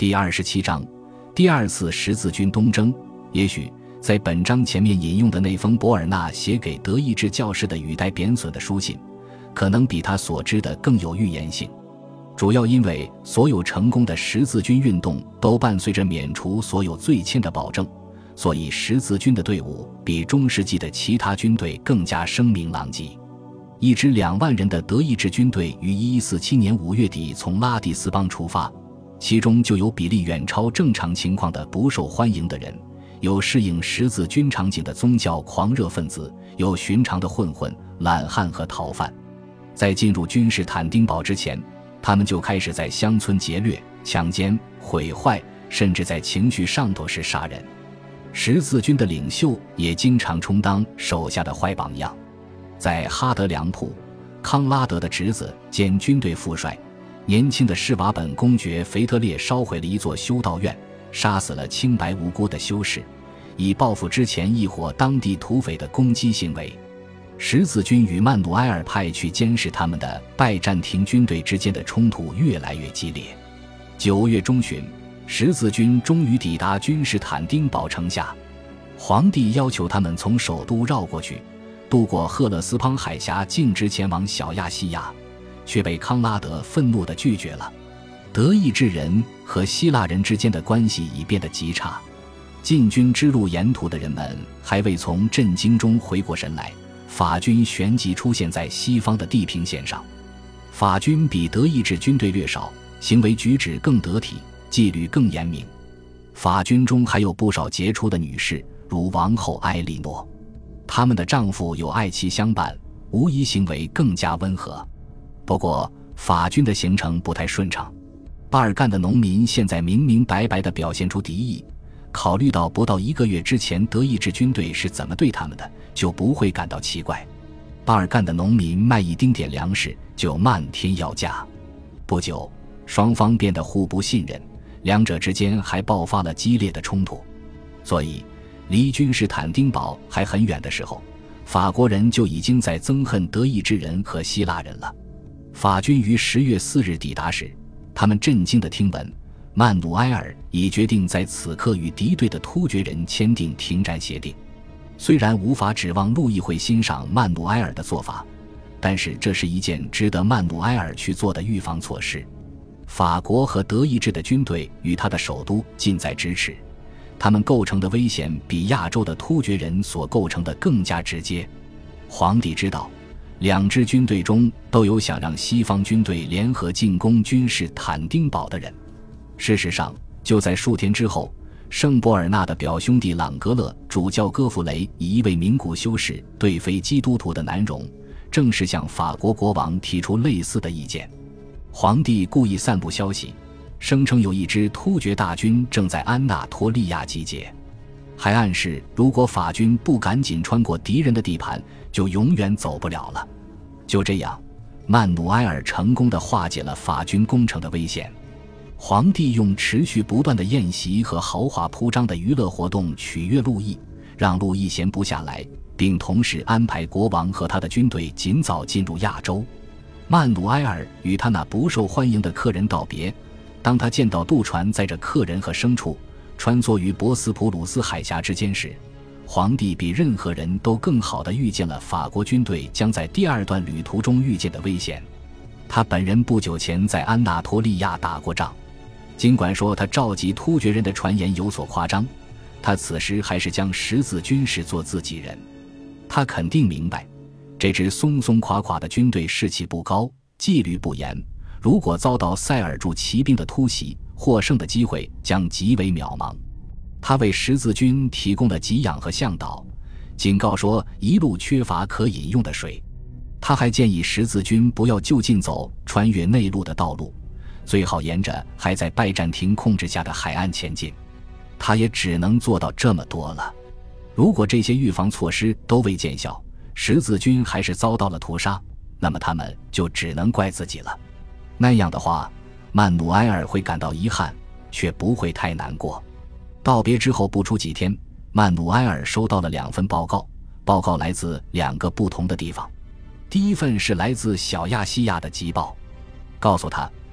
第27章，第二次十字军东征。也许在本章前面引用的那封博尔纳写给德意志教士的语带贬损的书信，可能比他所知的更有预言性。主要因为所有成功的十字军运动都伴随着免除所有罪愆的保证，所以十字军的队伍比中世纪的其他军队更加声名狼藉。一支2万人的德意志军队于1147年5月底从拉蒂斯邦出发，其中就有比例远超正常情况的不受欢迎的人，有适应十字军场景的宗教狂热分子，有寻常的混混、懒汉和逃犯。在进入君士坦丁堡之前，他们就开始在乡村劫掠、强奸、毁坏，甚至在情绪上头时杀人。十字军的领袖也经常充当手下的坏榜样。在哈德良普，康拉德的侄子兼军队副帅，年轻的施瓦本公爵腓特烈烧毁了一座修道院，杀死了清白无辜的修士，以报复之前一伙当地土匪的攻击行为。十字军与曼努埃尔派去监视他们的拜占庭军队之间的冲突越来越激烈。9月中旬，十字军终于抵达君士坦丁堡城下，皇帝要求他们从首都绕过去，渡过赫勒斯滂海峡，径直前往小亚细亚，却被康拉德愤怒地拒绝了。德意志人和希腊人之间的关系已变得极差，进军之路沿途的人们还未从震惊中回过神来，法军旋即出现在西方的地平线上。法军比德意志军队略少，行为举止更得体，纪律更严明。法军中还有不少杰出的女士，如王后埃莉诺，她们的丈夫有爱妻相伴，无疑行为更加温和。不过法军的行程不太顺畅，巴尔干的农民现在明明白白地表现出敌意，考虑到不到1个月之前德意志军队是怎么对他们的，就不会感到奇怪。巴尔干的农民卖一丁点粮食就漫天要价，不久双方变得互不信任，两者之间还爆发了激烈的冲突。所以离君士坦丁堡还很远的时候，法国人就已经在憎恨德意志人和希腊人了。法军于10月4日抵达时，他们震惊地听闻曼努埃尔已决定在此刻与敌对的突厥人签订停战协定。虽然无法指望路易会欣赏曼努埃尔的做法，但是这是一件值得曼努埃尔去做的预防措施。法国和德意志的军队与他的首都近在咫尺，他们构成的危险比亚洲的突厥人所构成的更加直接。皇帝知道两支军队中都有想让西方军队联合进攻君士坦丁堡的人。事实上，就在数天之后，圣博尔纳的表兄弟朗格勒主教戈弗雷以一位名古修士对非基督徒的难容，正式向法国国王提出类似的意见。皇帝故意散布消息，声称有一支突厥大军正在安纳托利亚集结，还暗示如果法军不赶紧穿过敌人的地盘，就永远走不了了。就这样，曼努埃尔成功地化解了法军攻城的危险。皇帝用持续不断的宴席和豪华铺张的娱乐活动取悦路易，让路易闲不下来，并同时安排国王和他的军队尽早进入亚洲。曼努埃尔与他那不受欢迎的客人道别，当他见到渡船载着客人和牲畜穿梭于博斯普鲁斯海峡之间时，皇帝比任何人都更好地预见了法国军队将在第二段旅途中遇见的危险。他本人不久前在安纳托利亚打过仗，尽管说他召集突厥人的传言有所夸张，他此时还是将十字军视作自己人。他肯定明白，这支松松垮垮的军队士气不高，纪律不严，如果遭到塞尔柱骑兵的突袭，获胜的机会将极为渺茫。他为十字军提供了给养和向导，警告说一路缺乏可饮用的水。他还建议十字军不要就近走穿越内陆的道路，最好沿着还在拜占庭控制下的海岸前进。他也只能做到这么多了。如果这些预防措施都未见效，十字军还是遭到了屠杀，那么他们就只能怪自己了。那样的话，曼努埃尔会感到遗憾，却不会太难过。道别之后不出几天，曼努埃尔收到了2份报告，报告来自2个不同的地方。第一份是来自小亚细亚的急报，告诉他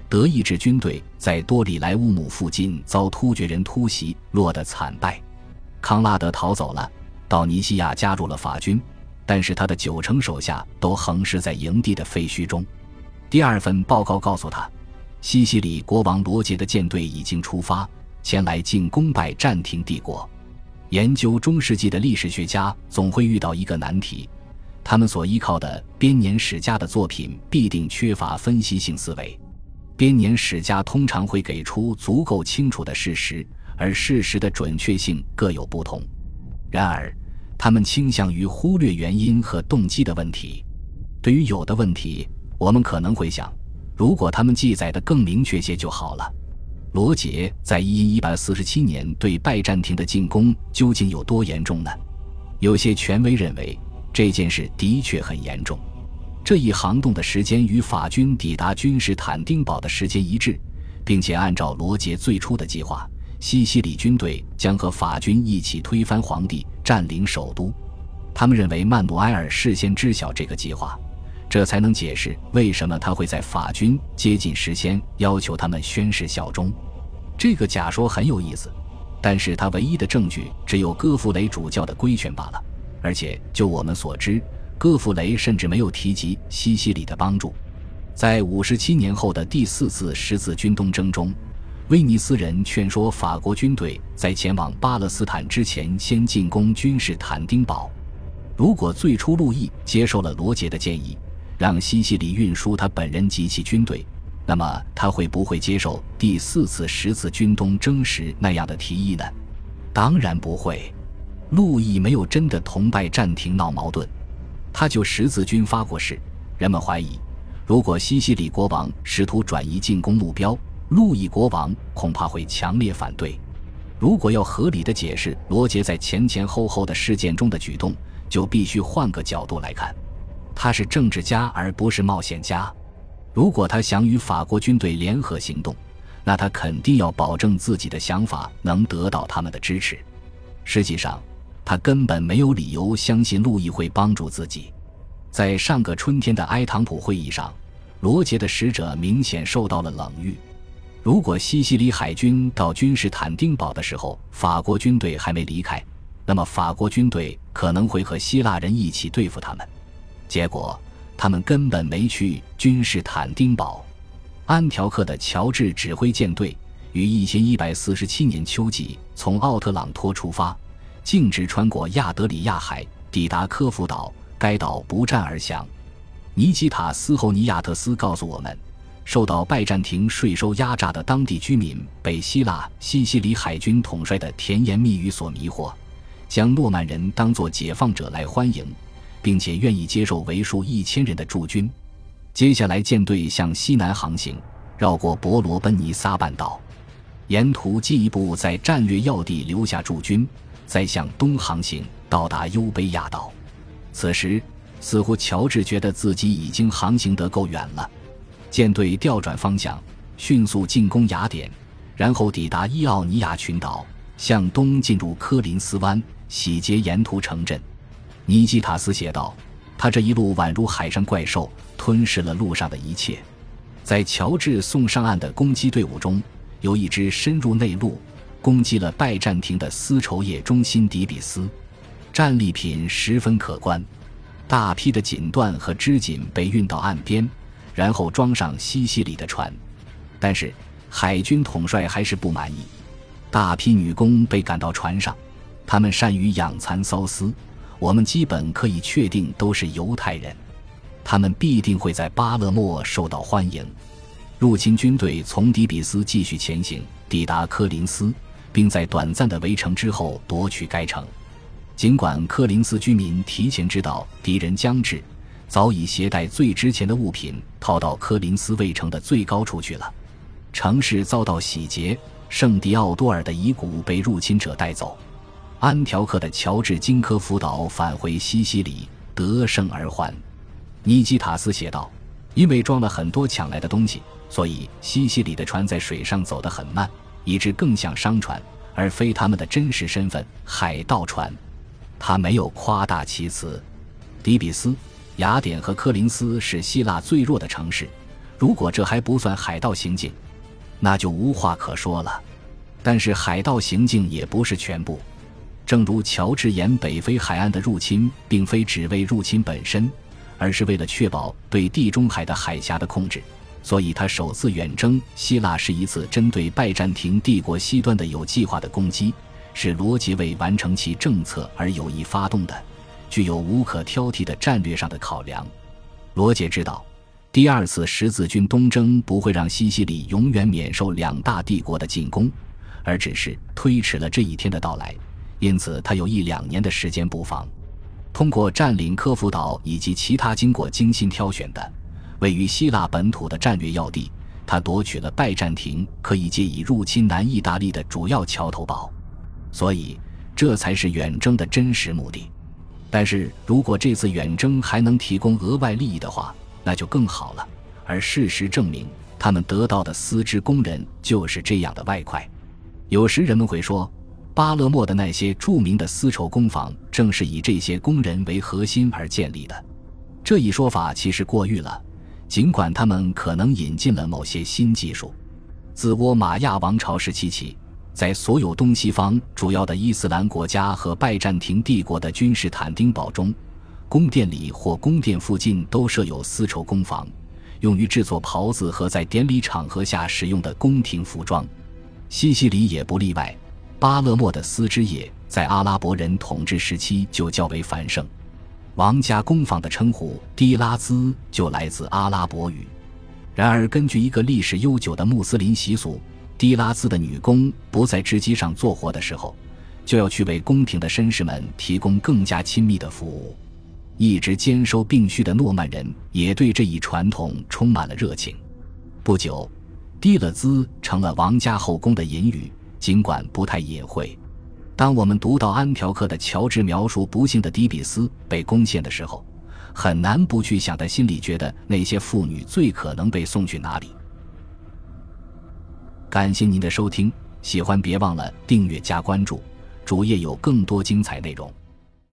德意志军队在多里莱乌姆附近遭突厥人突袭，落得惨败。康拉德逃走了，到尼西亚加入了法军，但是他的90%手下都横尸在营地的废墟中。第二份报告告诉他，西西里国王罗杰的舰队已经出发，前来进攻拜占庭帝国。研究中世纪的历史学家总会遇到一个难题，他们所依靠的编年史家的作品必定缺乏分析性思维。编年史家通常会给出足够清楚的事实，而事实的准确性各有不同。然而，他们倾向于忽略原因和动机的问题。对于有的问题，我们可能会想，如果他们记载的更明确些就好了。罗杰在147年对拜占庭的进攻究竟有多严重呢？有些权威认为，这件事的确很严重。这一行动的时间与法军抵达君士坦丁堡的时间一致，并且按照罗杰最初的计划，西西里军队将和法军一起推翻皇帝，占领首都。他们认为曼努埃尔事先知晓这个计划，这才能解释为什么他会在法军接近时先要求他们宣誓效忠。这个假说很有意思，但是他唯一的证据只有哥弗雷主教的规劝罢了，而且就我们所知，哥弗雷甚至没有提及西西里的帮助。在57年后的第4次十字军东征中，威尼斯人劝说法国军队在前往巴勒斯坦之前先进攻君士坦丁堡。如果最初路易接受了罗杰的建议，让西西里运输他本人及其军队，那么他会不会接受第4次十字军东征时那样的提议呢？当然不会。路易没有真的同拜占庭闹矛盾，他就十字军发过誓。人们怀疑，如果西西里国王试图转移进攻目标，路易国王恐怕会强烈反对。如果要合理的解释罗杰在前前后后的事件中的举动，就必须换个角度来看。他是政治家而不是冒险家。如果他想与法国军队联合行动，那他肯定要保证自己的想法能得到他们的支持。实际上，他根本没有理由相信路易会帮助自己。在上个春天的埃唐普会议上，罗杰的使者明显受到了冷遇。如果西西里海军到君士坦丁堡的时候，法国军队还没离开，那么法国军队可能会和希腊人一起对付他们。结果他们根本没去君士坦丁堡。安条克的乔治指挥舰队于1147年秋季从奥特朗托出发，径直穿过亚得里亚海，抵达科孚岛，该岛不战而降。尼基塔斯侯尼亚特斯告诉我们，受到拜占庭税收压榨的当地居民被希腊西西里海军统帅的甜言蜜语所迷惑，将诺曼人当作解放者来欢迎，并且愿意接受为数1000人的驻军。接下来舰队向西南航行，绕过伯罗奔尼撒半岛，沿途进一步在战略要地留下驻军，再向东航行，到达优卑亚岛。此时似乎乔治觉得自己已经航行得够远了，舰队调转方向，迅速进攻雅典，然后抵达伊奥尼亚群岛，向东进入科林斯湾，洗劫沿途城镇。尼基塔斯写道，他这一路宛如海上怪兽，吞噬了路上的一切。在乔治送上岸的攻击队伍中，有一支深入内陆，攻击了拜占庭的丝绸业中心底比斯，战利品十分可观，大批的锦缎和织锦被运到岸边，然后装上西西里的船。但是海军统帅还是不满意，大批女工被赶到船上，他们善于养蚕缫丝，我们基本可以确定都是犹太人，他们必定会在巴勒莫受到欢迎。入侵军队从底比斯继续前行，抵达科林斯，并在短暂的围城之后夺取该城。尽管科林斯居民提前知道敌人将至，早已携带最值钱的物品逃到科林斯卫城的最高处去了。城市遭到洗劫，圣迪奥多尔的遗骨被入侵者带走。安条克的乔治经科孚岛返回西西里，得胜而还。尼基塔斯写道，因为装了很多抢来的东西，所以西西里的船在水上走得很慢，以致更像商船，而非他们的真实身份海盗船。他没有夸大其词。底比斯、雅典和科林斯是希腊最弱的城市， 如果这还不算海盗行径，那就无话可说了。但是海盗行径也不是全部，正如乔治沿北非海岸的入侵并非只为入侵本身，而是为了确保对地中海的海峡的控制，所以他首次远征希腊是一次针对拜占庭帝国西端的有计划的攻击，是罗杰为完成其政策而有意发动的，具有无可挑剔的战略上的考量。罗杰知道第二次十字军东征不会让西西里永远免受两大帝国的进攻，而只是推迟了这一天的到来，因此他有1-2年的时间布防。通过占领科孚岛以及其他经过精心挑选的位于希腊本土的战略要地，他夺取了拜占庭可以借以入侵南意大利的主要桥头堡，所以这才是远征的真实目的。但是如果这次远征还能提供额外利益的话，那就更好了，而事实证明他们得到的丝织工人就是这样的外快。有时人们会说，巴勒莫的那些著名的丝绸工坊正是以这些工人为核心而建立的。这一说法其实过誉了，尽管他们可能引进了某些新技术。自倭马亚王朝时期起，在所有东西方主要的伊斯兰国家和拜占庭帝国的君士坦丁堡中，宫殿里或宫殿附近都设有丝绸工坊，用于制作袍子和在典礼场合下使用的宫廷服装。西西里也不例外，巴勒莫的丝织业在阿拉伯人统治时期就较为繁盛。王家工坊的称呼低拉兹就来自阿拉伯语。然而根据一个历史悠久的穆斯林习俗，低拉兹的女工不在织机上做活的时候，就要去为宫廷的绅士们提供更加亲密的服务。一直兼收并蓄的诺曼人也对这一传统充满了热情。不久，低勒兹成了王家后宫的隐语，尽管不太隐晦。当我们读到安条克的乔治描述不幸的底比斯被攻陷的时候，很难不去想，他心里觉得那些妇女最可能被送去哪里。感谢您的收听，喜欢别忘了订阅加关注，主页有更多精彩内容。